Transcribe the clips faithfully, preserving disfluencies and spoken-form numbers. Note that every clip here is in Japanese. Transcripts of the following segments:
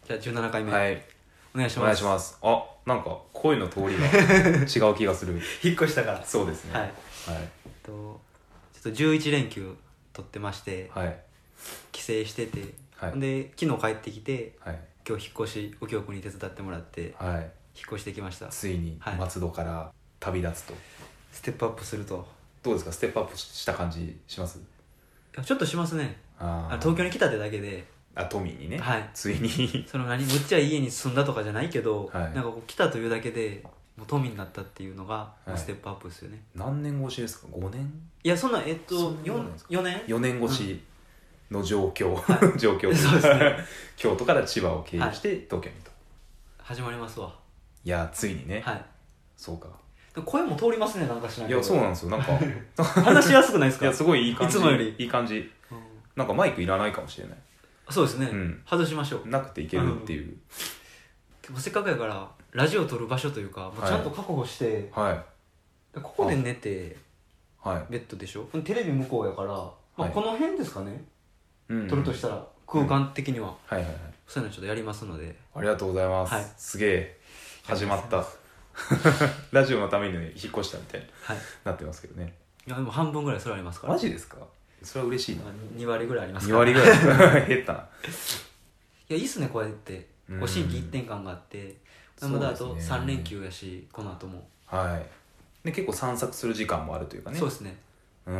じゃあじゅうななかいめ、 はい、 お願いします。 お願いします。あ、なんか声の通りが違う気がする引っ越したからそうですね。 はい、 はい、 えっとちょっとじゅういちれんきゅう取ってまして、 はい、 帰省してて、 はい、 で昨日帰ってきて、 はい、 今日引っ越し右京君に手伝ってもらってはい、 引っ越してきました。 ついに松戸から旅立つと、はい、 ステップアップすると。 どうですか、ステップアップした感じします？ ちょっとしますね。 あ、 東京に来たってだけで、 あ、都民にね、 はい、 ついにその何むっちゃいい家に住んだとかじゃないけど、 はい、 なんかこう来たというだけでもう都民になったっていうのが、 はい、 ステップアップですよね。 何年越しですか？ごねん？ いや、そんなえっとよねんよねん越しの状況、 うん、 状況そうですね京都から千葉を経由して東京にと、 始まりますわ。 いやついにね、 はい、 そうか。 声も通りますね、なんかしないけど。 いや、そうなんですよ、なんか話しやすくないですか？ いや、すごいいい感じ、 いつもよりいい感じ、 うん、 なんかマイクいらないかもしれない。 そうですね、 うん、 外しましょう。 なくていけるっていう、 うん、せっかくやからラジオ撮る場所というか、もうちゃんと確保して、 はい、 ここで寝て、 はい、 ベッドでしょ、テレビ向こうやから、まあ、この辺ですかね、 はい、 撮るとしたら空間的には、 うん、はいはいはい、 そういうのちょっとやりますので。 ありがとうございます、はい、すげえ始まったラジオのために引っ越したみたいになってますけどね。 いや、でも半分ぐらいそれありますから。 マジですか？それは嬉しいな。 にわりぐらいありますから。 にわりぐらいですか？減ったな。いや、いいっすね、こうやってこう心機一転感があって、まだあとさんれんきゅうやし、この後も、 はい、で結構散策する時間もあるというかね。 そうですね、 うん、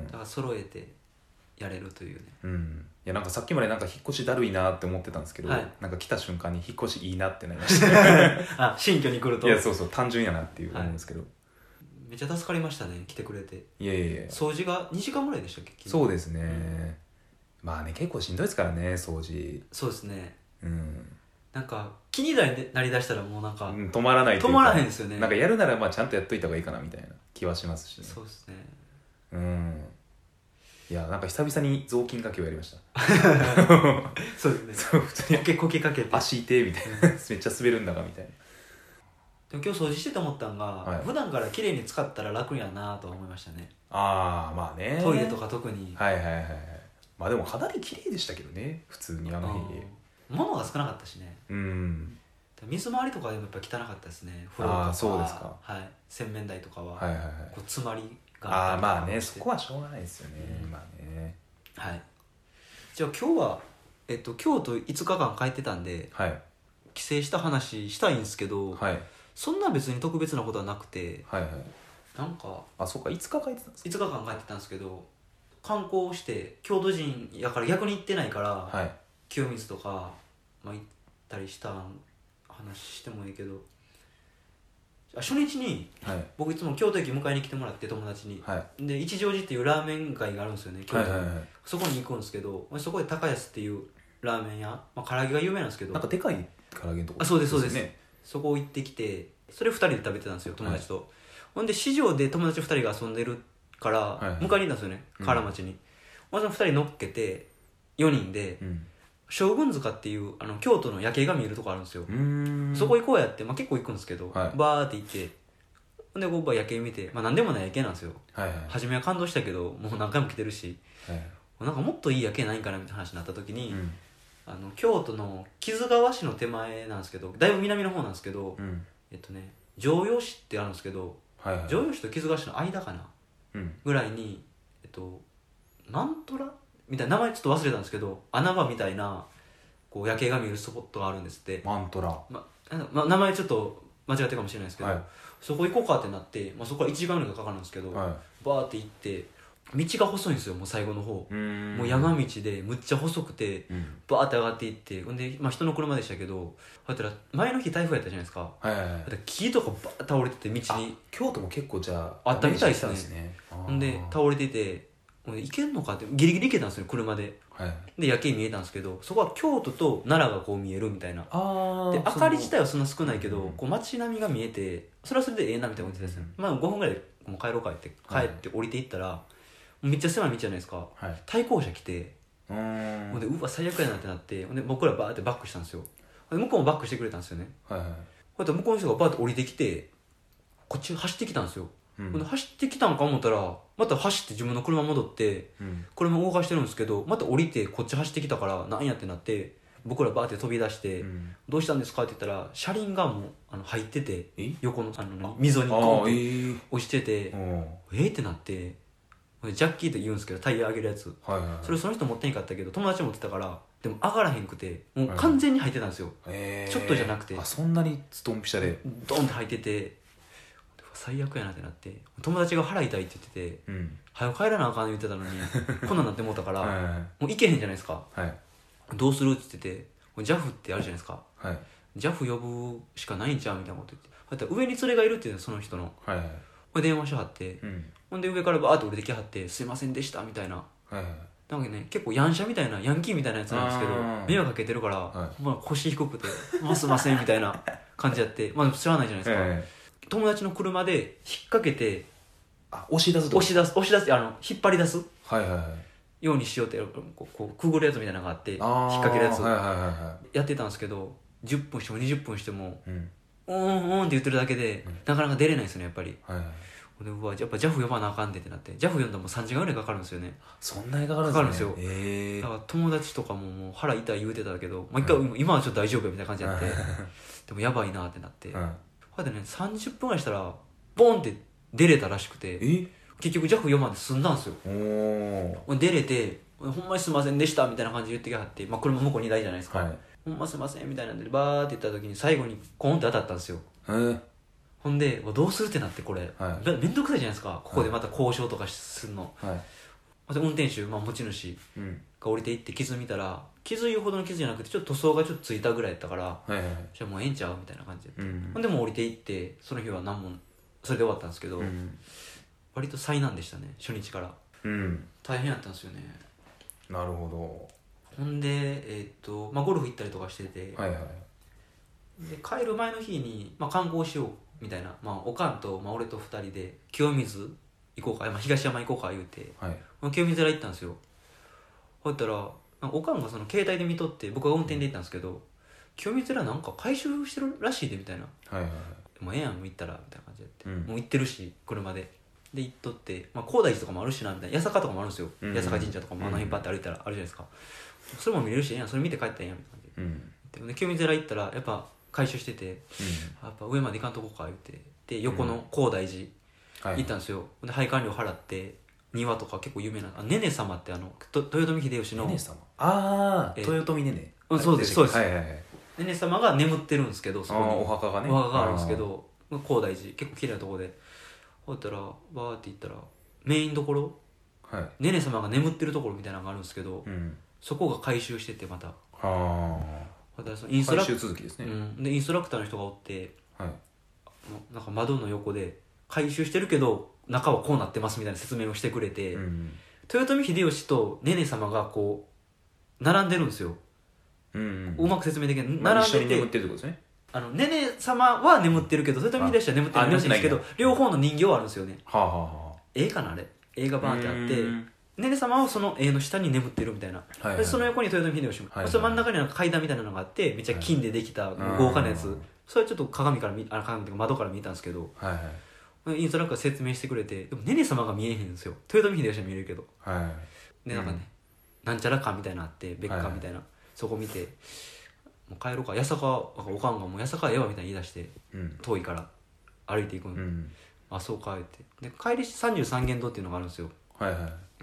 だから揃えてやれるというね。 うん、いや、なんかさっきまでなんか引っ越しだるいなって思ってたんですけど、はい、なんか来た瞬間に引っ越しいいなってなりましたあ、新居に来ると。 いや、そうそう、単純やなっていう思うんですけど、はい、 めっちゃ助かりましたね、来てくれて。 いやいやいや、 掃除がにじかんぐらいでしたっけ？ そうですね、うん、まあね、結構しんどいですからね、掃除。 そうですね、 うん、なんか気になりだしたらもうなんか、うん、 止まらないというか、 止まらへんですよね。 なんかやるならまあちゃんとやっといた方がいいかなみたいな気はしますしね。 そうですね、 うん、いや、なんか久々に雑巾掛けをやりましたそうですね、 そう、普通にこけこけかけて足痛いみたいなめっちゃ滑るんだかみたいな。 でも今日掃除してて思ったのが、はい、普段から綺麗に使ったら楽やなと思いましたね。 ああ、まあね、 トイレとか特に。 はいはいはい、まあでもかなり綺麗でしたけどね、普通にあの家。 物が少なかったしね。 うん、 水回りとかでもやっぱ汚かったですね。風呂とか、 あ、そうですか、 はい、洗面台とかは、 はいはいはい、 こう詰まりがああ、まあね、そこはしょうがないですよね、うん、まあね。 はい、じゃあ今日は、えっと、京都いつかかん帰ってたんで、はい、帰省した話したいんですけど、はい、そんな別に特別なことはなくて、はいはい、なんか、 あ、そうか、いつか帰ってたんですか？ いつかかん帰ってたんですけど、観光して京都人やから逆に行ってないから、はい、清水とか、まあ、行ったりした話してもいいけど、初日に、はい、僕いつも京都駅迎えに来てもらって、友達に、はい、で一乗寺っていうラーメン街があるんですよね、京都に、はいはいはい、そこに行くんですけど、そこで高安っていうラーメン屋、まあ、唐揚げが有名なんですけど、 なんかでかい唐揚げのとこ、 あ、そうですそうです、ね、そこ行ってきて、それふたりで食べてたんですよ、友達と、はい、ほんで市場で友達ふたりが遊んでるから、はいはい、迎えに行ったんですよね、河原町に、うん、そのふたり乗っけてよにんで、うん、将軍塚っていうあの京都の夜景が見えるとこあるんですよ。そこ行こうやって、まあ、結構行くんですけど、はい、バーって行って、ほんでこう夜景見て、まあ、何でもない夜景なんですよ、はいはい、初めは感動したけどもう何回も来てるし、はい、なんかもっといい夜景ないんかなみたいな話になった時に、うん、あの京都の木津川市の手前なんですけど、だいぶ南の方なんですけど、うん、えっとね常陽市ってあるんですけど、はいはい、常陽市と木津川市の間かな、うん、ぐらいに、えっとなんとらみたいな名前ちょっと忘れたんですけど、穴場みたいなこう夜景が見えるスポットがあるんですって。 マントラ、 まま、名前ちょっと間違ってるかもしれないですけど、はい、そこ行こうかってなって、まあ、そこからいちじかんぐらいかかるんですけど、はい、バーって行って道が細いんですよ、もう最後の方、うーん、もう山道でむっちゃ細くて、うん、バーって上がっていって、ほんで、まあ、人の車でしたけど、だったら前の日台風やったじゃないですか、はいはいはい、木とかバーって倒れてて道に、 京都も結構じゃああったみたいですね。ね、ほんで倒れてて、行けんのかってギリギリ行けたんですよ車で、はい、で夜景見えたんですけど、そこは京都と奈良がこう見えるみたいな、あで明かり自体はそんな少ないけど、うん、こう街並みが見えて、それはそれでええなみたいなことですね、うん、まあごふんぐらいでもう帰ろうかって帰って降りていったら、はい、めっちゃ狭い道じゃないですか、はい、対向車来て、うーん、ほんでうわ最悪やなってなって、ほんで僕らバーってバックしたんですよ。で向こうもバックしてくれたんですよね、はいはい、こうやって向こうの人がバーって降りてきてこっち走ってきたんですよ、うん、走ってきたんか思ったらまた走って自分の車戻って、うん、車動かしてるんですけど、また降りてこっち走ってきたからなんやってなって、 僕らバーって飛び出して「 うん、 どうしたんですか?」って言ったら車輪がもうあの入っててえ横のあの溝にゴンってえー、 落ちててうんえーってなってジャッキーって言うんですけどタイヤ上げるやつ、 はいはいはい、 それその人持ってんかったけど友達持ってたからでも上がらへんくてもう完全に入ってたんですよ、 えー、 ちょっとじゃなくてあそんなにストンピシャでドンって入ってて最悪やなってなって友達が腹痛いって言ってて、 うん、 早く帰らなあかん言ってたのにこんなんなって思ったから、 はいはい、 もう行けへんじゃないですか、 はい、 どうするって言っててジャフってあるじゃないですか、 はい、 ジャフ呼ぶしかないんちゃうみたいなこと言ってだって上に連れがいるって言うのその人の、 はいはい、 これ電話しはって、うん、ほんで上からバーって降りてきはってすいませんでしたみたいな、はいはい、なんかね結構ヤンシャみたいなヤンキーみたいなやつなんですけど迷惑かけてるから、はい、まあ、腰低くて「もうすいません」みたいな感じやってまあ知らないじゃないですか、はいはい、友達の車で引っ掛けてあ押し出すと押し出す押し出すあの引っ張り出す、 はいはいはい、 ようにしようってこうこうくぐるやつみたいなのがあって引っ掛けるやつ、はいはいはいはい、やってたんですけどじゅっぷんしてもにじゅっぷんしても、うん、うんうんって言ってるだけで、うん、なかなか出れないですよねやっぱり、はいはい、でうわやっぱ ジャフ 呼ばなあかんでってなって ジャフ 呼んだらもうさんじかんぐらいかかるんですよね。 そんなにかかるんですね。 かかるんですよ、 えー、 だから友達とかももう腹痛い言うてたけどもう一回、うん、今はちょっと大丈夫みたいな感じになってでもやばいなってなって、うん、こうやってねさんじゅっぷんぐらいしたらボンって出れたらしくてえ結局 ジャフ 呼ばんで済んだんですよ。お出れてほんまにすいませんでしたみたいな感じで言ってきはって、まあ、これも向こうにだいじゃないですか、はい、ほんますいませんみたいなんでバーって言った時に最後にコーンって当たったんですよ。ほんでどうするってなってこれ、はい、めんどくさいじゃないですかここでまた交渉とかするの、はい、また運転手、まあ、持ち主が降りていって傷見たら傷言うほどの傷じゃなくてちょっと塗装がちょっとついたぐらいやったから、はいはいはい、じゃあもうええんちゃうみたいな感じで、うん、ほんでもう降りていってその日は何もそれで終わったんですけど、うん、割と災難でしたね初日から、うん、大変やったんですよね。 なるほど。ほんで、えーっとまあ、ゴルフ行ったりとかしてて、はいはい、で帰る前の日に、まあ、観光しようみたいな、まあ、おかんと、まあ、俺とふたりで清水行こうか、まあ、東山行こうか言うて、はい、清水寺行ったんですよ。ほったらおかんがその携帯で見とって僕が運転で行ったんですけど清水寺なんか回収してるらしいでみたいな、はいはいはい、もうええやんもう行ったらみたいな感じでやって、うん、もう行ってるし車でで行っとって、まあ、高台寺とかもあるしなみたいな八坂とかもあるんですよ、うん、八坂神社とかもあの辺パッて歩いたらあるじゃないですか、うん、それも見れるしええやんそれ見て帰ったらええやんみたいな感じで、うん、で清水寺行ったらやっぱ回収してて、うん、やっぱ上まで行かんとこか言ってで横の高台寺行ったんですよ、うん、で配管料払って庭とか結構有名なあねね様ってあの豊臣秀吉のねね様ああ豊臣ねねうんそうですそうです、 はいはいはい、 ねね様が眠ってるんですけどそこにお墓がねお墓があるんですけど高台寺結構綺麗なところでほったらバーって行ったらメインどころ、はい、ねね様が眠ってるところみたいなのがあるんですけど、うん、そこが回収しててまたはあそのインストラク、 続きですね、 うん、でインストラクターの人がおって、はい、なんか窓の横で回収してるけど中はこうなってますみたいな説明をしてくれて、うん、豊臣秀吉とねね様がこう並んでるんですよ、うんうん、うまく説明できない、 まあ、並んでて一緒に眠ってるってことですね。 あのねね様は眠ってるけど豊臣秀吉は眠ってるらしいんですけど両方の人形はあるんですよね、はあはあ、絵かなあれ絵がバーンってあってねね様はその絵の下に眠ってるみたいな、はいはい、でその横に豊臣秀吉も、はいはい、その真ん中になんか階段みたいなのがあってめっちゃ金でできた豪華なやつ、はい、それはちょっと鏡から見あの鏡とか窓から見たんですけど、はいはい、インストラクター説明してくれてでもねね様が見えへんんですよ豊臣秀吉は見えるけど、はい、でなんかね、うん、なんちゃら館みたいなのあって別館みたいな、はい、そこ見てもう帰ろうか八坂おかんがもう八坂ええわみたいに言い出して、うん、遠いから歩いていくの、うん、あそうかってで帰りさんじゅうさんげん堂っていうのがあるんですよ、はいはい、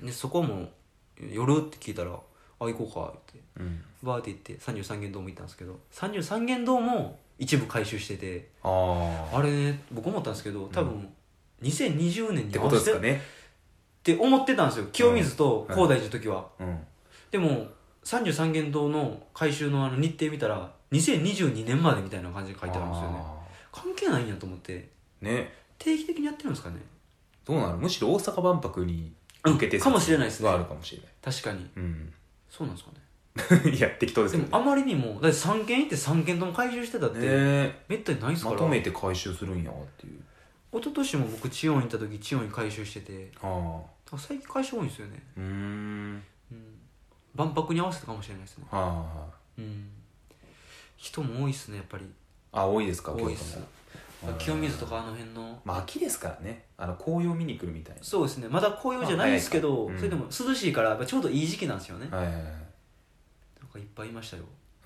でそこも夜って聞いたらあ行こうかって、うん、バーって行ってさんじゅうさんげん堂も行ったんですけどさんじゅうさんげん堂も一部回収してて あ, あれね僕思ったんですけど多分、うん、にせんにじゅうねんにってことですかねって思ってたんですよ清水と高台寺の時は、うんうん、でもさんじゅうさんげん堂の回収 の, あの日程見たらにせんにじゅうにねんまでみたいな感じで書いてあるんですよね。関係ないんやと思ってね定期的にやってるんですかね。 どうなのむしろ大阪万博に向けて、 うん、かもしれないですね。 があるかもしれない確かに、うん、そうなんですかねいや適当ですけど、ね、 でもあまりにもだってさんけん行ってさんけんとも回収してたって、ね、めったにないですからまとめて回収するんやっていう。 一昨年も僕千代に行った時千代に回収しててあ最近回収多いんですよね。うーん万博に合わせたかもしれないですね。はあはあ、うん、人も多いっすねやっぱり。 あ多いですか。 多いっす。清水とかあの辺のまあ秋ですからねあの紅葉見に来るみたいな。 そうですねまだ紅葉じゃないですけど、まあうん、それでも涼しいからちょうどいい時期なんですよね。はいはいはいなんかいっぱいいましたよ。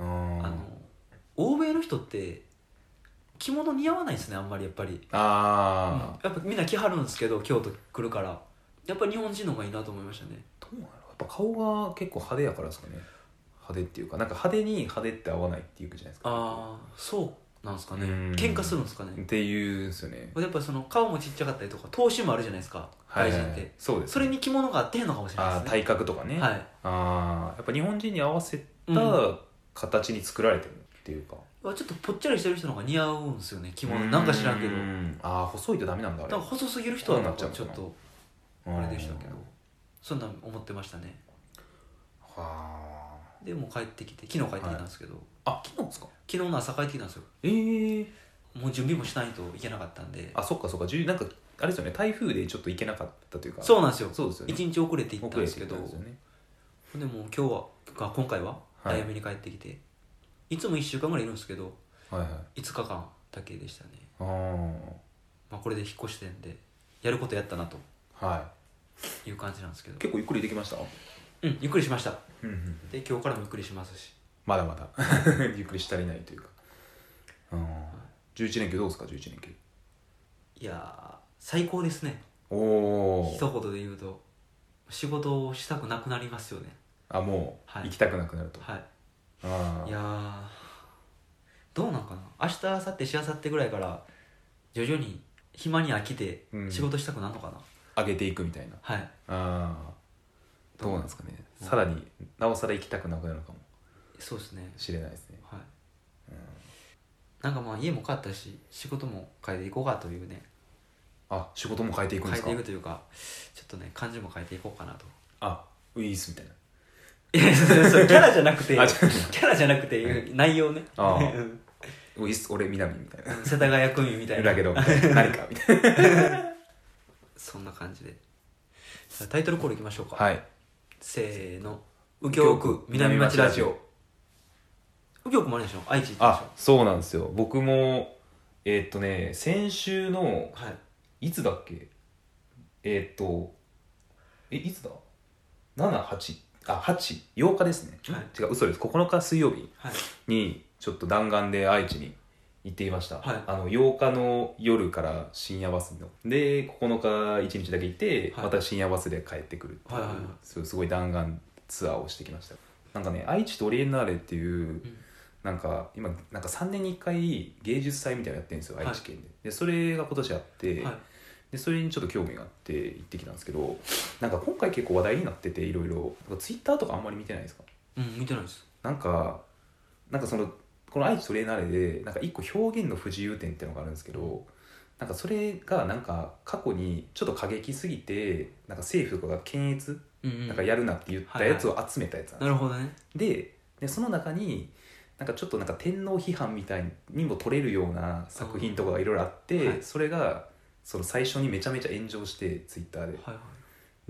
あの欧米の人って着物似合わないですね、あんまりやっぱり。 あ、 うん、やっぱみんな着はるんですけど京都来るからやっぱり日本人の方がいいなと思いましたね。 どうなの、やっぱ顔が結構派手やからですかね。派手っていうかなんか派手に派手って合わないっていうじゃないですか。 ああそうなんですかね。 うん喧嘩するんですかね。 っていうんですよね。 やっぱりその顔もちっちゃかったりとか頭身もあるじゃないですか外人って、はいはいはい、 そうです、ね、 それに着物が合ってへんのかもしれないですね。 あ体格とかね、 はい、 あやっぱ日本人に合わせた形に作られてるっていうか、 うん、ちょっとぽっちゃりしてる人の方が似合うんですよね着物。なんか知らんけど、 ああ細いとダメなんだあれ。 だから細すぎる人はなんかちょっとあれでしたけど、そんなん思ってましたね。 はあ。 でもう帰ってきて昨日帰ってきたんですけど、はい、 あ昨日ですか。 昨日の朝帰ってきたんですよ。 ええー、 もう準備もしないといけなかったんで。 あそっかそっか、なんかあれですよね、台風でちょっと行けなかったというか。 そうなんですよ。 そうですよね、 いちにち遅れて行ったんですけど、 ですよね、 でも今日は今回は早めに帰ってきて、はい、いつもいっしゅうかんぐらいいるんですけど、はいはい、いつかかんだけでしたね。あ、まあ、これで引っ越してんでやることやったなという感じなんですけど、 結構ゆっくりできました。 うんゆっくりしました、 うんうん、 で今日からもゆっくりしますし、まだまだゆっくりしたりないというか、うん、じゅういちねんきゅうどうですか。じゅういちねんきゅう、 いや最高ですね。 おお、 一言で言うと仕事をしたくなくなりますよね。 あもう、はい、行きたくなくなると。はい、 あいやどうなんかな、明日明後日しあさってぐらいから徐々に暇に飽きて仕事したくなるのかな、 うん、上げていくみたいな。はい、あどうなんですかね、うん、さらになおさら行きたくなくなるのかも。 そうですね、 知れないですね。はい、 うん、なんかまあ家も変わったし仕事も変えていこうかというね。 あ仕事も変えていくんですか。 変えていくというかちょっとね感じも変えていこうかなと。 あウィースみたいな。 いやそうそうキャラじゃなくてキャラじゃなくて内容ね。あウィス俺南みたいな、 世田谷区民みたいなだけど何かみたいなそんな感じでタイトルコールいきましょうか。はい、せーの、右京区南町ラジオ。右京区もあれでしょ、愛知行ってましょ。 あそうなんですよ。僕もえー、っとね先週の、はい、いつだっけえー、っとえいつだなな、はちあはち、ようかですね、はい、違う嘘です。ここのか水曜日にちょっと弾丸で愛知に行っていました、はい、あのようかの夜から深夜バスのでここのかいちにちだけいて、はい、また深夜バスで帰ってくるっていう、はいはいはい、すごい弾丸ツアーをしてきました。なんかね愛知トリエンナーレっていう、うん、なんか今なんかさんねんにいっかい芸術祭みたいなのやってるんですよ、愛知県で。でそれが今年あって、はい、でそれにちょっと興味があって行ってきたんですけど、なんか今回結構話題になってていろいろツイッターとかあんまり見てないですか。 うん見てないです。 なんかなんかそのこの愛知トレーナーレでなんか一個表現の不自由点っていうのがあるんですけど、なんかそれがなんか過去にちょっと過激すぎてなんか政府とかが検閲、うんうん、なんかやるなって言ったやつを集めたやつなんです、はいはい、なるほどね。で、でその中になんかちょっとなんか天皇批判みたいにも取れるような作品とかがいろいろあって、はい、それがその最初にめちゃめちゃ炎上してツイッターで、はいはい、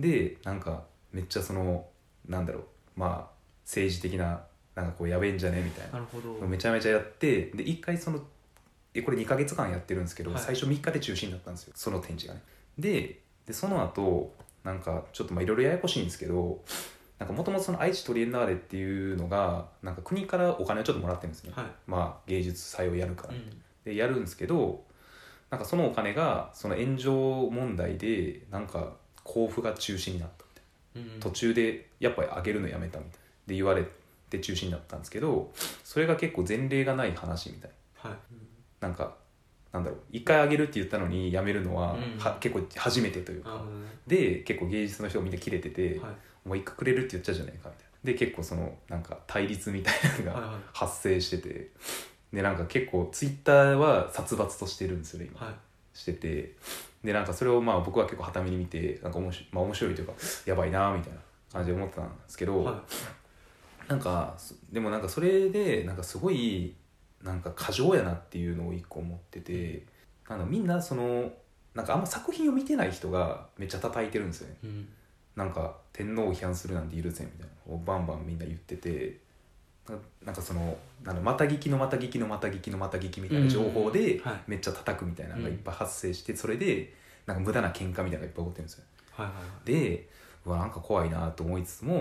でなんかめっちゃそのなんだろうまあ政治的ななんかこうやべえんじゃねみたいな、なるほどめちゃめちゃやって、で一回そのこれにかげつかんやってるんですけど、はい、最初みっかで中止になったんですよ、その展示がね。で、でその後なんかちょっとまあいろいろややこしいんですけど、なんかもともとその愛知トリエンナーレっていうのがなんか国からお金をちょっともらってるんですね、はい、まあ芸術祭をやるから、うん、でやるんですけど、なんかそのお金がその炎上問題でなんか交付が中止になったみたいな、うん、途中でやっぱり上げるのやめたみたいなで言われて中止になったんですけど、それが結構前例がない話みたいな、はい、なんかなんだろう一回上げるって言ったのにやめるのは、うん、は結構初めてというか、うん、で結構芸術の人がみんなキレてて、はい、お前一回くれるって言っちゃうじゃないかみたいなで結構そのなんか対立みたいなのが発生してて、はいはいでなんか結構ツイッターは殺伐としてるんですよね今、はい、してて、でなんかそれをまあ僕は結構はために見てなんか面白い、まあ、面白いというかやばいなみたいな感じで思ってたんですけど、はい、なんかでもなんかそれでなんかすごいなんか過剰やなっていうのを一個思ってて、なんかみんなそのなんかあんま作品を見てない人がめっちゃ叩いてるんですよね、うん、なんか天皇を批判するなんて許せんみたいなのをバンバンみんな言ってて、なんかそのなんまた聞きのまた聞きのまた聞きのまた聞きみたいな情報でめっちゃ叩くみたいなのがいっぱい発生して、それでなんか無駄な喧嘩みたいなのがいっぱい起こってるんですよ、はいはいはい、でうわなんか怖いなと思いつつも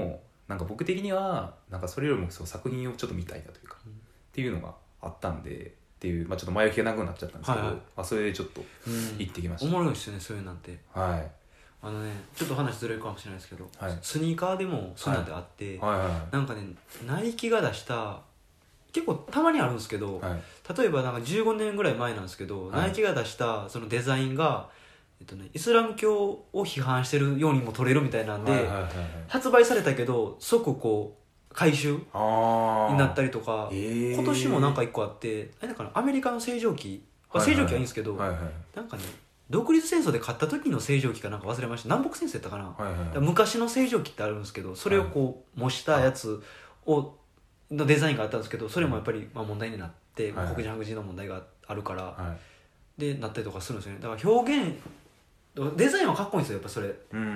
なんか僕的にはなんかそれよりもそう作品をちょっと見たいなというか、うん、っていうのがあったんでっていう、まあ、ちょっと前置きがなくなっちゃったんですけど、はいはい、まあ、それでちょっと行ってきました、 うん、おもろいですよねそういうなんて。 はいあのね、ちょっと話ずれるかもしれないですけど、はい、スニーカーでもそうなんてあって、 はいはいはい、 なんかねナイキが出した結構たまにあるんですけど、はい、例えばなんかじゅうごねんぐらい前なんですけど、はい、ナイキが出したそのデザインが、えっとね、イスラム教を批判してるようにも取れるみたいなんで、はいはいはいはい、発売されたけど即こう回収になったりとか、えー、今年もなんかいっこあって、あれだからアメリカの星条旗、まあ、星条旗はいいんですけど、はいはい、なんかね独立戦争で勝った時の星条旗かなんか忘れました。南北戦争やったかな、はいはいはい、昔の星条旗ってあるんですけど、それをこう模したやつをのデザインがあったんですけど、それもやっぱりまあ問題になって、はいはい、黒人白人の問題があるから、はい、でなったりとかするんですよね。だから表現デザインはかっこいいんですよやっぱそれ。うんうん、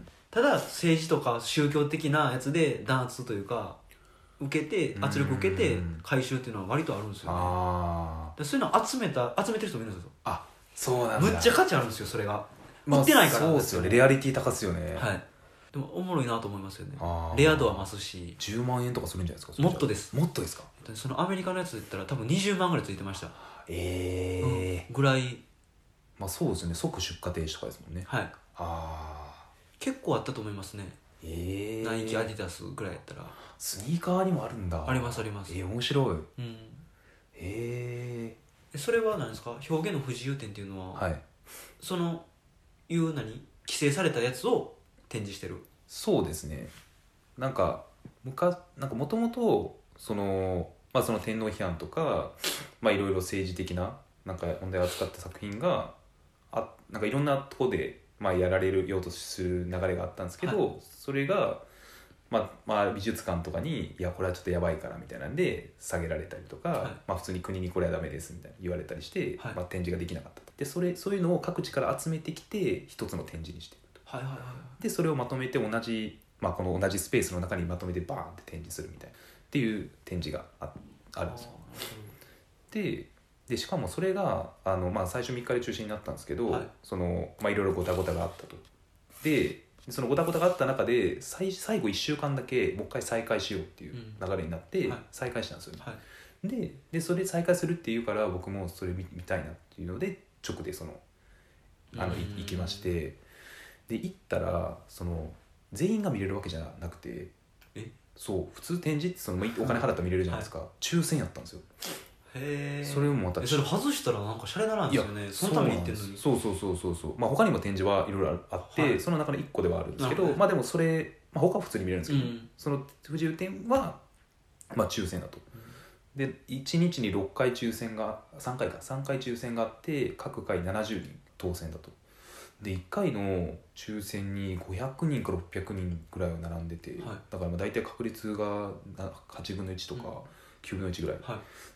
ただ政治とか宗教的なやつで弾圧というか受けて圧力受けて回収っていうのは割とあるんですよね。あそういうのを集めた集めてる人もいるんですよ。 あそうなんだ。 むっちゃ価値あるんですよそれが。売ってないから、 まあ、そうですよね。レアリティ高っすよね。 はい。でもおもろいなと思いますよね。レア度は増すし。 じゅうまんえんとかするんじゃないですか。 もっとです。 もっとですか。 そのアメリカのやつで言ったら多分にじゅうまんぐらいついてました。 ええーうん、ぐらい。 まあそうですよね。即出荷停止とかですもんね。 はい。ああ。結構あったと思いますね。ええー。ナイキアディダスぐらいやったら。 スニーカーにもあるんだ。 ありますあります。 ええー、面白い。うん。ええー。それは何ですか。表現の不自由展っていうのは。はい。そのいう何規制されたやつを展示してる。 そうですね。なんか昔なんかもともとそのまあその天皇批判とかまあいろいろ政治的ななんか問題を扱った作品があなんかいろんなとこでまあやられるようとする流れがあったんですけど、はい、それがまあまあ美術館とかにいやこれはちょっとやばいからみたいなんで下げられたりとか、はい、まあ普通に国にこれはダメですみたいな言われたりして、はい、まあ展示ができなかったと。でそれそういうのを各地から集めてきて一つの展示にしていくと。はいはいはい、でそれをまとめて同じまあこの同じスペースの中にまとめてバーンって展示するみたいなっていう展示が あ, あるんですよ。ででしかもそれがあの、まあ、最初みっかで中止になったんですけど、はい、そのまあいろいろごたごたがあったと。でそのごたごたがあった中で 最, 最後いっしゅうかんだけもう一回再開しようっていう流れになって再開したんですよね。はいはい、で, でそれ再開するっていうから僕もそれ 見, 見たいなっていうので直でそのあの行きまして、で行ったらその全員が見れるわけじゃなくて、えそう普通展示ってそのお金払ったら見れるじゃないですか、はい、抽選やったんですよ。へえ。それもまたそれ外したらなんかシャレならんですよね。そのために行ってるのに。 そうそうそうそうそう。まあ他にも展示はいろいろあって、はい、その中のいっこではあるんですけど、まあでもそれ、まあ、他は普通に見れるんですけど、うん、その不自由展はまあ抽選だと。うん、でいちにちにろっかい抽選がさんかいかさんかい抽選があって各回ななじゅうにん当選だと。でいっかいの抽選にごひゃくにんかろっぴゃくにんぐらいは並んでて、はい、だからまあ大体確率がはちぶんのいちとかきゅうぶんのいちぐらい、はい、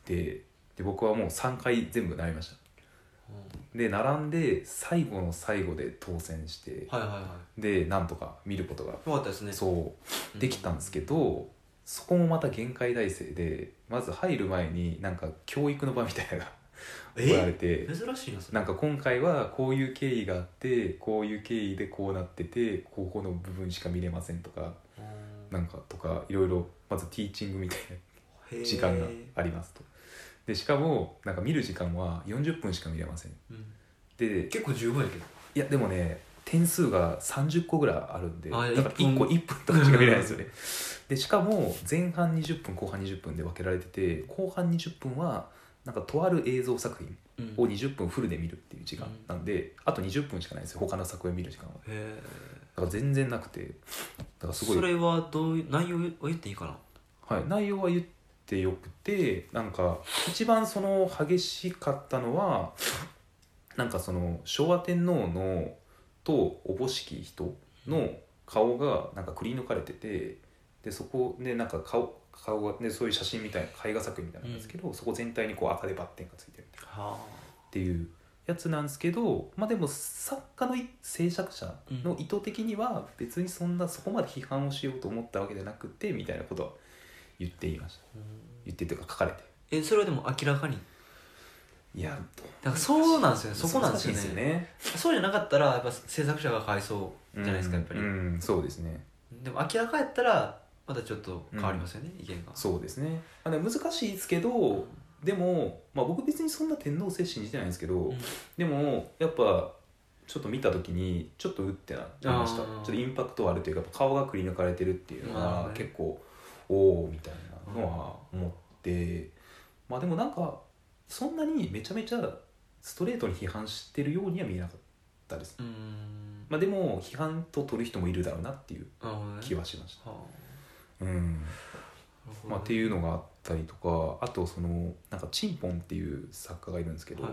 で, で僕はもうさんかい全部並びました。うん、で並んで最後の最後で当選して、はいはいはい、でなんとか見ることがよかったですね。 そうできたんですけど、うん、そこもまた厳戒態勢でまず入る前になんか教育の場みたいなのが行われて、 珍しいなそれ。 なんか今回はこういう経緯があってこういう経緯でこうなっててここの部分しか見れませんとかなんかとかいろいろまずティーチングみたいな時間がありますと。でしかもなんか見る時間はよんじゅっぷんしか見れません、うん、で結構十分やけどいやでもね点数がさんじゅっこぐらいあるんでだからいっこいっぷんとかしか見れないですよね。でしかも前半にじゅっぷん後半にじゅっぷんで分けられてて後半にじゅっぷんはなんかとある映像作品をにじゅっぷんフルで見るっていう時間なんで、うん、あとにじゅっぷんしかないんですよ他の作品を見る時間は。へだから全然なくてだからすごい。それはどういう内容を言っていいかな。はい内容は言ってよくてなんか一番その激しかったのはなんかその昭和天皇のとおぼしき人の顔がなんかくり抜かれててでそこでなんか顔顔が、ね、そういう写真みたいな絵画作品みたいなんですけど、うん、そこ全体にこう赤でバッテンがついてるみたいな、はあ、っていうやつなんですけど、まあ、でも作家の制作者の意図的には別にそんなそこまで批判をしようと思ったわけじゃなくてみたいなことは言っていました。うん、言ってというか書かれてえそれはでも明らかにいやだからそうなんですよね。そこなんですよ ね, ですよね。そうじゃなかったらやっぱ制作者がかわいそうじゃないですかやっぱり、 うんうん、そうですね。 でも明らかやったらまたちょっと変わりますよね、うん、意見が。 そうですね、まあ、でも難しいですけど、うん、でも、まあ、僕別にそんな天皇制信じてないんですけど、うん、でもやっぱちょっと見た時にちょっとうってなりました。ちょっとインパクトあるというか顔がくり抜かれてるっていうのが結構、おおみたいなのは思って、まあでもなんかそんなにめちゃめちゃストレートに批判してるようには見えなかったです。うん、まあ、でも批判と取る人もいるだろうなっていう気はしました。うん、まあ、っていうのがあったりとか、あとそのなんかチンポンっていう作家がいるんですけど、はい、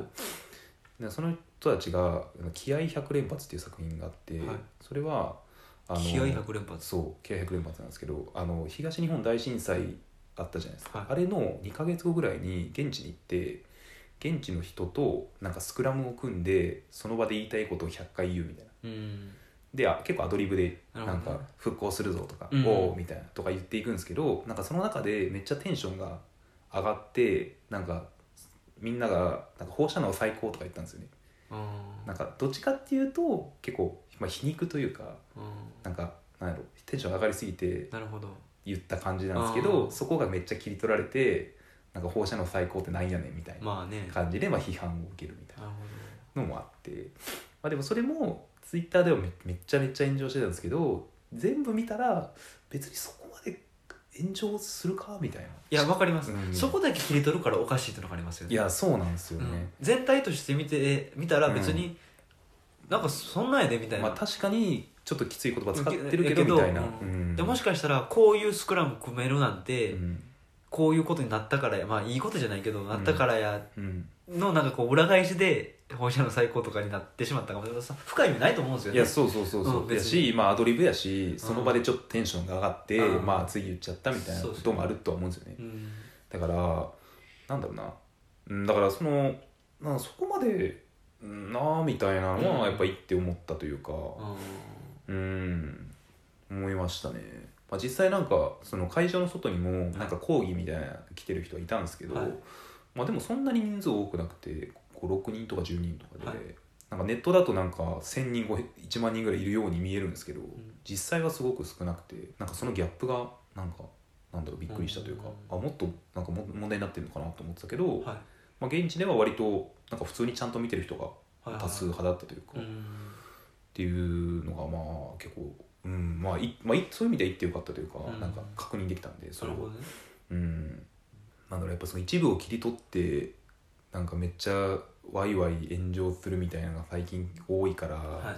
その人たちが気合百連発っていう作品があって、はい、それはあの気合百連発そう気合百連発なんですけど、あの東日本大震災あったじゃないですか、はい、あれのにかげつごぐらいに現地に行って現地の人となんかスクラムを組んでその場で言いたいことをひゃっかい言うみたいな、うん、であ結構アドリブでなんか復興するぞとか、うん、おーみたいなとか言っていくんですけど、なんかその中でめっちゃテンションが上がってなんかみんながなんか放射能最高とか言ったんですよね。なんかどっちかっていうと結構、まあ、皮肉というか、なんかなんやろテンション上がりすぎて言った感じなんですけど、そこがめっちゃ切り取られてなんか放射能最高ってなんやねんみたいな感じで、まあ、批判を受けるみたいなのもあって、まあ、でもそれもツイッターでは め, めっちゃめっちゃ炎上してたんですけど、全部見たら別にそこまで炎上するかみたいな。 いやわかります、うん、そこだけ切り取るからおかしいってのがありますよね。 いやそうなんですよね、うん、 全体として見て見たら別に、うん、なんかそんなんやでみたいな、 まあ、確かにちょっときつい言葉使ってるけどみたいな、 うんうん、でもしかしたらこういうスクラム組めるなんて、うん、こういうことになったからや、まあいいことじゃないけど、うん、なったからやのなんかこう裏返しで放射能最高とかになってしまったかもしれない。深い意味ないと思うんですよね。 いやそうそうそうそう、うん、やし、まあ、アドリブやしその場でちょっとテンションが上がって、うん、まあ次言っちゃったみたいなこともあるとは思うんですよね。そうそう、うん、だからなんだろうな、うん、だからそのなんかそこまでなあみたいなのはやっぱ言って思ったというか、うん、うん思いましたね。まあ、実際なんかその会場の外にもなんか講義みたいな来てる人はいたんですけど、はい、まあ、でもそんなに人数多くなくてご、ろくにんとかじゅうにんとかで、はい、なんかネットだとなんかせんにん、いちまんにんぐらいいるように見えるんですけど、うん、実際はすごく少なくて、なんかそのギャップがなんかなんだろうびっくりしたというか、うん、あもっとなんかも問題になってるのかなと思ってたけど、はい、まあ、現地では割となんか普通にちゃんと見てる人が多数派だったというか、はいはいはい、っていうのがまあ結構、うんまあいまあ、そういう意味では言ってよかったというか、うん、なんか確認できたんでそれを、ね、うん、なんだろうやっぱその一部を切り取ってなんかめっちゃワイワイ炎上するみたいなのが最近多いから、はい、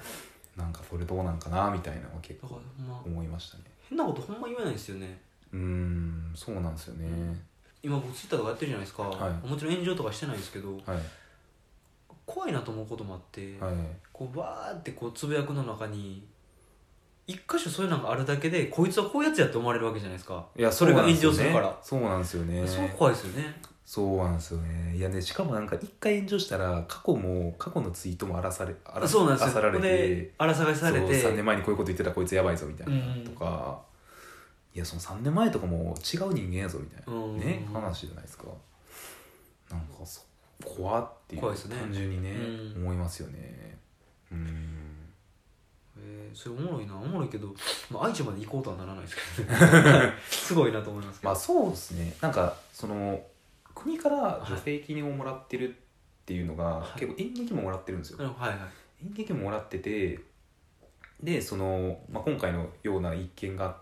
なんかそれどうなんかなみたいなのは結構思いましたね。 変なことほんま言えないですよね。 うーんそうなんですよね、うん、 今僕ツイッターとかやってるじゃないですか、はい、もちろん炎上とかしてないですけど、はい、怖いなと思うこともあって、はい、こうバーってこうつぶやくの中に一箇所そういうのがあるだけでこいつはこういうやつやって思われるわけじゃないですか。 いやそれが炎上するからそうなんですよね。 そう怖いですよね。 そうなんですよね。いやねしかもなんか一回炎上したら過去も過去のツイートも荒らされ荒らそうなんですよ。 さられて荒探しされてさんねんまえにこういうこと言ってたこいつやばいぞみたいなとか、うん、いやそのさんねんまえとかも違う人間やぞみたいな、うん、ね話じゃないですか。なんかそ怖っていう、ね、単純にね、うん、思いますよね。うん。 えー、それおもろいなおもろいけど、まあ、愛知まで行こうとはならないですけど、ね、すごいなと思いますけど。 まあそうですね。なんかその国から助成金をもらってるっていうのが、はい、結構演劇ももらってるんですよ、 はいはい、 演劇ももらっててでその、まあ、今回のような一件があって、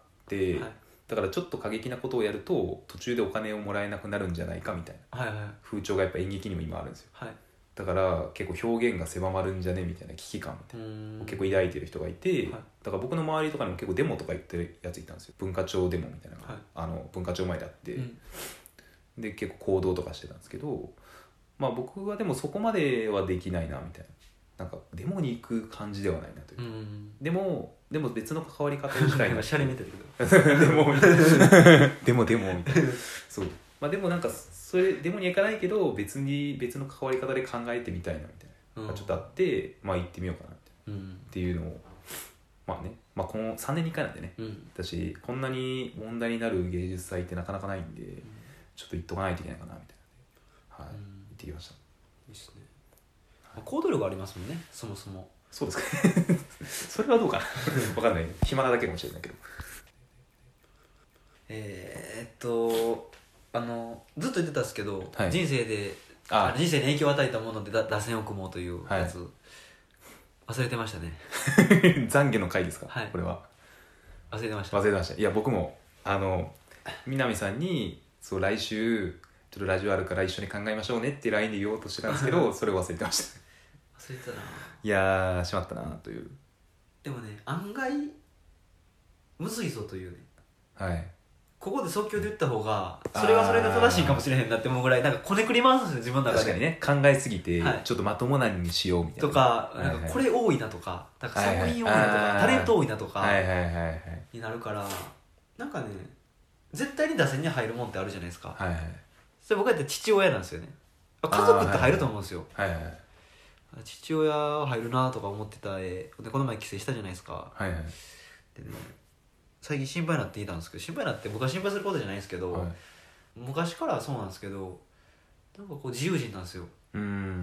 はい、だからちょっと過激なことをやると途中でお金をもらえなくなるんじゃないかみたいな風潮がやっぱ演劇にも今あるんですよ、はい、だから結構表現が狭まるんじゃねみたいな危機感みたいな結構抱いてる人がいて、はい、だから僕の周りとかにも結構デモとか言ってるやついたんですよ。文化庁デモみたいなのが、はい、あの文化庁前であって、うん、で結構行動とかしてたんですけど、まあ僕はでもそこまではできないなみたいな、なんかデモに行く感じではないなというか、うん、でもでも別の関わり方をしたいなシャレ見てるけどでもでもでもみたいなそう、まあ、でもなんかそれデモには行かないけど別に別の関わり方で考えてみたいなみたいなのがちょっとあって、うん、まあ行ってみようかなみたいな、うん、っていうのをまあね、まあ、このさんねんにいっかいなんでね、うん、私こんなに問題になる芸術祭ってなかなかないんで、うん、ちょっと行っとかないといけないかなみたいな、はい、うん、行ってきました。いいですね、 はい、行動力ありますもんねそもそも。 そうですかそれはどうかな分かんない、ね、暇なだけかもしれないけどえー、っとあのずっと言ってたんですけど、 はい、 人生であ人生に影響を与えたもので打線を組もうというやつ、はい、忘れてましたね懺悔の回ですか、 はい、 これは忘れてました忘れてました。いや僕もあの南さんにそう来週ちょっとラジオあるから一緒に考えましょうねって ライン で言おうとしてたんですけどそれを忘れてました忘れてたな。 いやーしまったなという。 でもね案外むずいぞというね、 はいここで即興で言った方がそれはそれで正しいかもしれへんなって思うぐらいなんかこねくり回すんですよ自分の中で。 確かにね考えすぎて、 はい、 ちょっとまともなにしようみたいなとか、なんかこれ多いなとか、なんか作品多いなとか、はいはい、タレント多いなとか、 はいはいはいはい、 になるからなんかね絶対に打線に入るもんってあるじゃないですか、 はいはい、 それ僕だって父親なんですよね。家族って入ると思うんですよ、 はいはいはい、 父親入るなとか思ってた絵でこの前帰省したじゃないですか、 はいはい、 でね最近心配になっていたんですけど、心配になって僕は心配することじゃないですけど、はい、昔からそうなんですけどなんかこう自由人なんですよ。うん、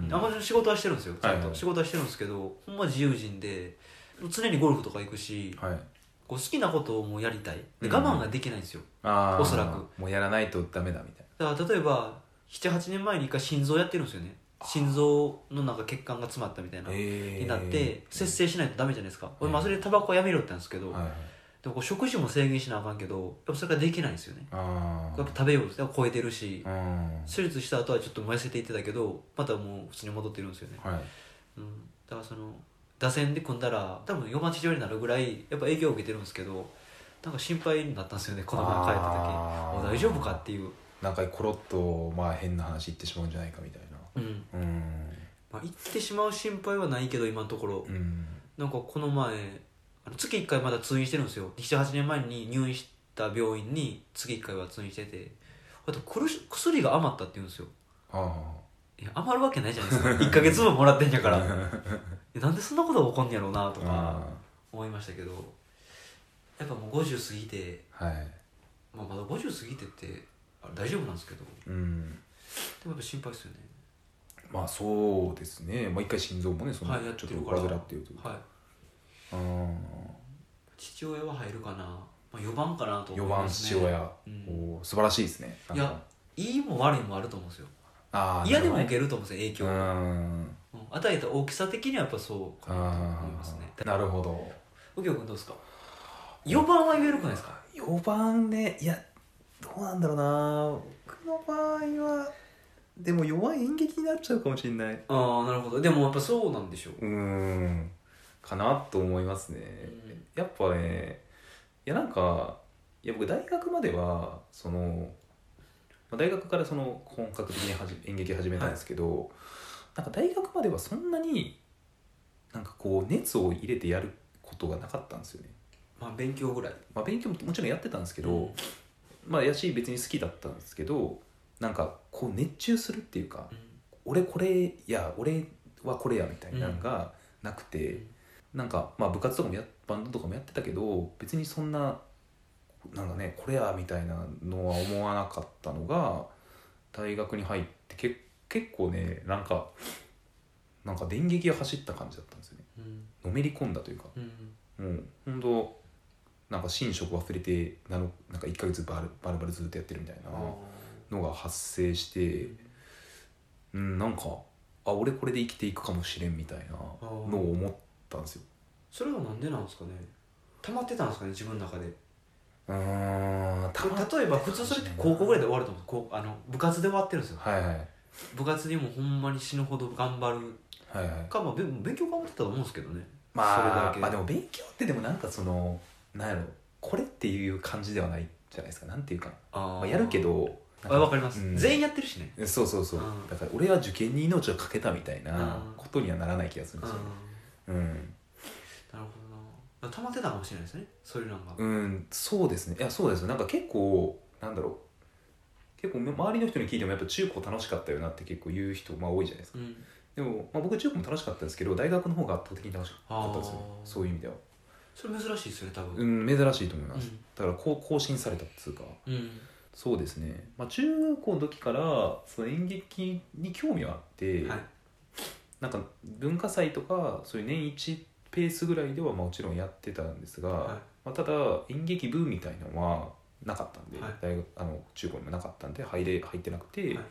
あんまり仕事はしてるんですよちゃんと、はいはい、仕事はしてるんですけどほんま自由人で常にゴルフとか行くし、はい、こう好きなことをもうやりたいで我慢ができないんですよ、うん、おそらくもうやらないとダメだみたいな。だから例えばななはちねんまえに一回心臓やってるんですよね。心臓のなんか血管が詰まったみたいな、えー、になって節制しないとダメじゃないですか、えー、俺まあそれでタバコはやめろって言ったんですけど、はいはい、でもこう食事も制限しなあかんけどやっぱそれができないんですよね。あやっぱ食べようと超えてるし手術した後はちょっと燃やせていってたけどまたもう普通に戻ってるんですよね、はいうん、だからその打線で組んだら多分よんばん地上になるぐらいやっぱ影響を受けてるんですけどなんか心配になったんですよねこの前帰った時大丈夫かっていうなんかコロッとまあ変な話言ってしまうんじゃないかみたいなうん、 うんまあ、言ってしまう心配はないけど今のところ、うん、なんかこの前あの月いっかいまだ通院してるんですよ。ななはちねんまえに入院した病院に月いっかいは通院しててあと薬が余ったって言うんですよ。あいや余るわけないじゃないですかいっかげつぶんもらってんやからなんでそんなことが起こんねやろうなとか思いましたけどやっぱもうごじゅう過ぎて、はいまあ、まだごじゅう過ぎてってあ大丈夫なんですけど、うん、でもやっぱ心配ですよね。 まあそうですね、まあ、一回心臓もねその、はい、ちょっと患っていうと、はい、 あ父親は入るかな、まあ、よばんかなと思いますね。 よばん父親、うん、お素晴らしいですね。 いやいいも悪いもあると思うんですよ。あ嫌でも受けると思うんですよ影響を、うん、与えた大きさ的にはやっぱそうかなと思いますね。 なるほど。 右京君どうですか。よばんは言えるくないですか。 よばんねいやどうなんだろうな僕の場合はでも弱い演劇になっちゃうかもしれない。 ああなるほど。でもやっぱそうなんでしょう。 うーんかなと思いますね、うん、やっぱねいやなんかいや僕大学まではその大学からその本格的にはじ演劇始めたんですけど、はい、なんか大学まではそんなになんかこう熱を入れてやることがなかったんですよね。 まあ勉強ぐらい、 まあ、勉強ももちろんやってたんですけど、うん、まあやし別に好きだったんですけどなんかこう熱中するっていうか、うん、俺これや俺はこれやみたいなのがなくて、うん、なんかまあ部活とかもやバンドとかもやってたけど別にそんななんかねこれやみたいなのは思わなかったのが大学に入ってけ結構ねなんかなんか電撃が走った感じだったんですよね、うん、のめり込んだというか、うん、もうほんとなんか寝食忘れてなのなんかいっかげつバルバルバルずっとやってるみたいなのが発生して、うん、なんかあ俺これで生きていくかもしれんみたいなのを思ったんですよ。 それはなんでなんですかね。溜まってたんですかね自分の中で。 うーん例えば普通それって高校ぐらいで終わると思う。こうあの部活で終わってるんですよ、 はいはい、 部活にもほんまに死ぬほど頑張る、はいはい、か、まあ、勉強頑張ってたと思うんですけどね。 まあ、それだけまあでも勉強ってでもなんかそのなんやろこれっていう感じではないじゃないですか。なんていうかあ、まあ、やるけどあ分かります、うん、全員やってるしね。 そうそうそう、だから俺は受験に命をかけたみたいなことにはならない気がするんですよね。うん、なるほどな。溜まってたかもしれないですねそういうのが。 うんそうですね。いやそうです。なんか結構なんだろう結構周りの人に聞いてもやっぱ中高楽しかったよなって結構言う人、まあ、多いじゃないですか、うん、でも、まあ、僕中高も楽しかったですけど大学の方が圧倒的に楽しかったですよ。そういう意味ではそれ珍しいですよね多分。 うん珍しいと思います、うん、だからこう更新されたっつうか、うん、そうですね、まあ、中高の時からその演劇に興味はあって、はい、なんか文化祭とかそういう年一ペースぐらいではもちろんやってたんですが、はい、まあ、ただ演劇部みたいなのはなかったんで、 はい、 大学あの中高にもなかったんで入れ入ってなくて、 はい、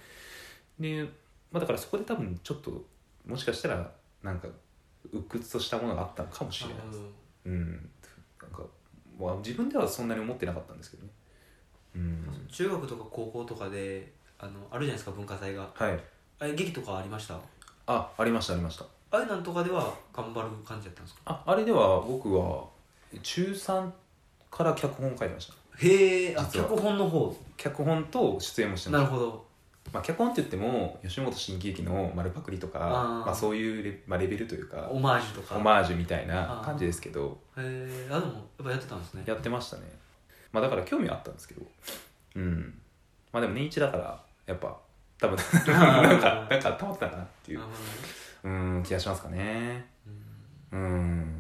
で、まあ、だからそこで多分ちょっともしかしたらなんか鬱屈としたものがあったのかもしれないです。うん、なんか、まあ、自分ではそんなに思ってなかったんですけどね。うん、 中学とか高校とかであのあるじゃないですか文化祭が。 はい。 あれ劇とかありました？ あ、ありましたありました。 あれなんとかでは頑張る感じだったんですか？ あ、あれでは僕は中さんから脚本を書いてました。 へえ、あ、脚本の方。 脚本と出演もしてました。 なるほど。 まあ、脚本って言っても吉本新喜劇の丸パクリとかあ、 まあ、そういうレ、まあ、レベルというかオマージュとかオマージュみたいな感じですけど、 へえ、あ、でもやっぱやってたんですね。 やってましたね。まあ、だから興味はあったんですけど、うんまあでも年一だからやっぱ多分なんかなんか溜まってたなっていううん気がしますかね。うん、うん、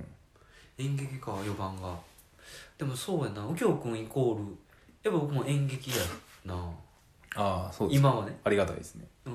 演劇かよばんが。でもそうやな、右京君イコールやっぱ僕も演劇やな。 ああ、そうです、 今はね、 ありがたいですね。 うん、うん、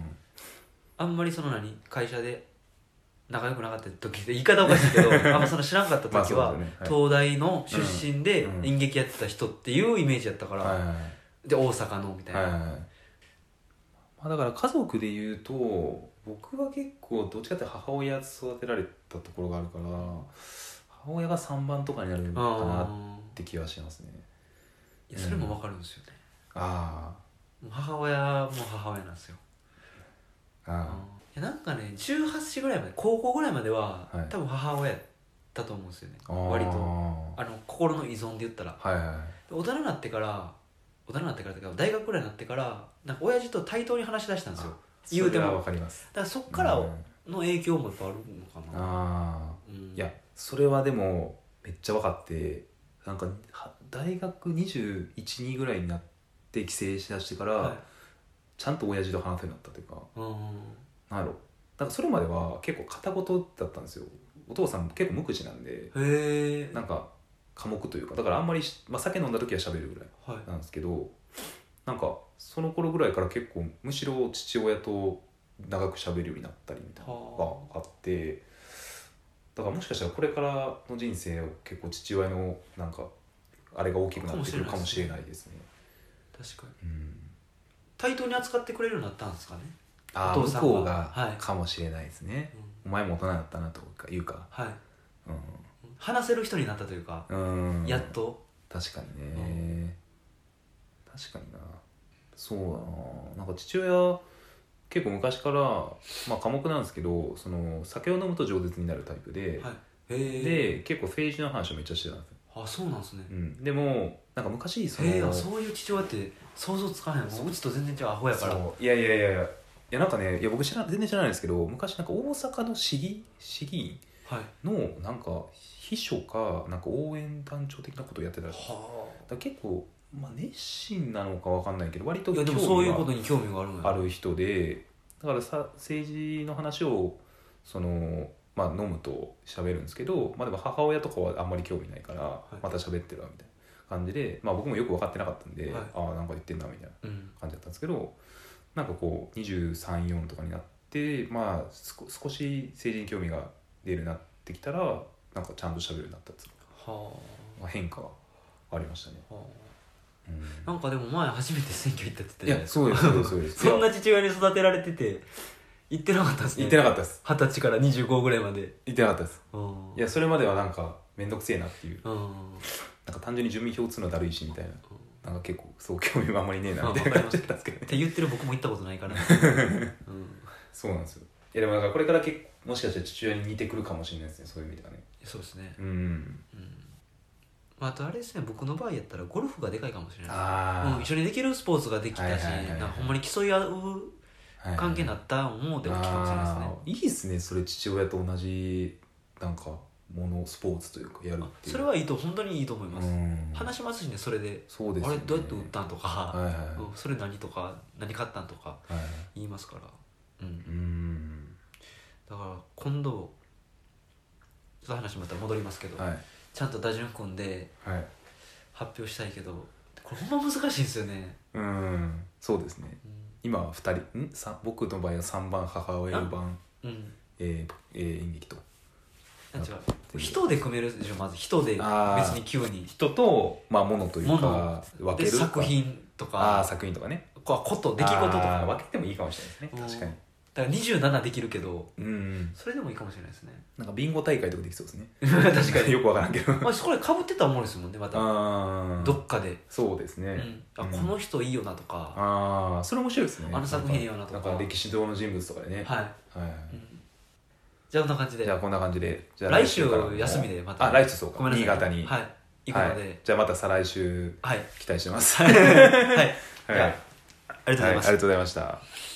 あんまりその何会社で仲良くなかった時で言い方おかしいけどあんまその知らんかった時は、ね、はい、東大の出身で演劇やってた人っていうイメージやったから、うんうん、で大阪のみたいな、はいはいはい、まあ、だから家族で言うと僕は結構どっちかって母親育てられたところがあるから母親がさんばんとかになるかなって気はしますね。 いやそれも分かるんですよね、 うん、ああ、 もう母親も母親なんですよ。 ああ、 いやなんかねじゅうはっさいぐらいまで高校ぐらいまでは、はい、多分母親だと思うんですよね。割とあの心の依存で言ったら、 はいはい、 大人になってから大人になってからとか大学ぐらいになってからなんか親父と対等に話し出したんですよ。言うてもそれは分かります。 だからそっからの影響もやっぱあるのかな。 ああ、うん、いやそれはでもめっちゃ分かってなんか大学にじゅういち、にぐらいになって帰省しだしてから、はい、ちゃんと親父と話せるようになったというか、うん、なんやろだからそれまでは結構片言だったんですよ。お父さん結構無口なんでへなんか寡黙というかだからあんまり、まあ、酒飲んだ時は喋るぐらいなんですけど、はい、なんかその頃ぐらいから結構むしろ父親と長く喋るようになったりみたいなのがあってだからもしかしたらこれからの人生を結構父親のなんかあれが大きくなってくるかもしれないですね。 確かに、うん、 対等に扱ってくれるようになったんですかね。 ああ向こうが、はい、かもしれないですね、うん、お前も大人だったなとか言うか、はい、うん、 話せる人になったというか、うん、やっと確かにね、うん、確かにな。そうだな。なんか父親結構昔から、まあ、寡黙なんですけどその酒を飲むと饒舌になるタイプで、はい、で結構政治の話をめっちゃしてたんですよ。 あ、そうなんですね、 うん、でもなんか昔そのへーそういう父親って想像つかへん。もううちと全然違うアホやから。 いやいやいやいやいやなんかねいや僕知ら全然知らないんですけど昔なんか大阪の市議市議員のなんか秘書かなんか応援団長的なことをやってたらしい。はだ結構、まあ、熱心なのかわかんないけど割といやでもそういうことに興味があるのよある人でだからさ政治の話をそのまあ飲むと喋るんですけど、まあ、でも母親とかはあんまり興味ないから、はい、また喋ってるわみたいな感じで、まあ、僕もよく分かってなかったんで、はい、ああなんか言ってんなみたいな感じだったんですけど、うん、なんかこうにじゅうさん、よんとかになってまあ少し政治に興味が出るようになってきたらなんかちゃんと喋るようになったっつうは、まあ、変化がありましたね。はうん、なんかでも前初めて選挙行ったって言ってたじゃないですか。 いやそうですそうですそんな父親に育てられてて行ってなかったですね。 行ってなかったです。 二十歳からにじゅうごぐらいまで行ってなかったです。いやそれまではなんか面倒くせえなっていうなんか単純に住民票打つのだるいしみたいななんか結構そう興味はあんまりねえなみたいな感じだったんですけど、ね、 って言ってる僕も行ったことないから、ねうん、そうなんですよ。いやでもなんかこれから結構もしかしたら父親に似てくるかもしれないですねそういう意味ではね。 そうですね。 うん、うんあとあれですね僕の場合やったらゴルフがでかいかもしれないです。あ、うん、一緒にできるスポーツができたし、はいはいはいはい、なんかほんまに競い合う関係になった思うで大きいかもしれないですね。 いいっすねそれ父親と同じなんかものスポーツというかやるっていう。 それはいいと本当にいいと思います。話しますしねそれで。 そうですね、 あれどうやって打ったんとか、はいはい、 うん、 それ何とか何買ったんとか言いますから、はいはい、うん、うんだから今度ちょっと話また戻りますけど、はい、ちゃんと打順組んで発表したいけど、はい、これほんま難しいんですよね。 うんそうですね、うん、今はふたりん僕の場合はさんばん母親、よんばん、うんえーえー、演劇と違うって人で組めるでしょまず人で別に急に人と、まあ、物というか分けるで作品とかああ作品とかねこと出来事とか分けてもいいかもしれないですね確かにだからにじゅうななできるけど、 うん、 それでもいいかもしれないですねなんかビンゴ大会とかできそうですね確かによくわからんけどまあこれ被ってたらおもろいですもんねまたどっかでそうですね、 うん、あこの人いいよなとかああそれ面白いですねあの作品いいよなとかなんか歴史上の人物とかでねはい、はいうん、 じゃあこんな感じでじゃあこんな感じでじゃあ来週休みでまたあ来週そうか新潟にはい行くので、はい、 じゃあまた再来週期待してますはい、はい、 はい、 ありがとうございました、 はい、ありがとうございました。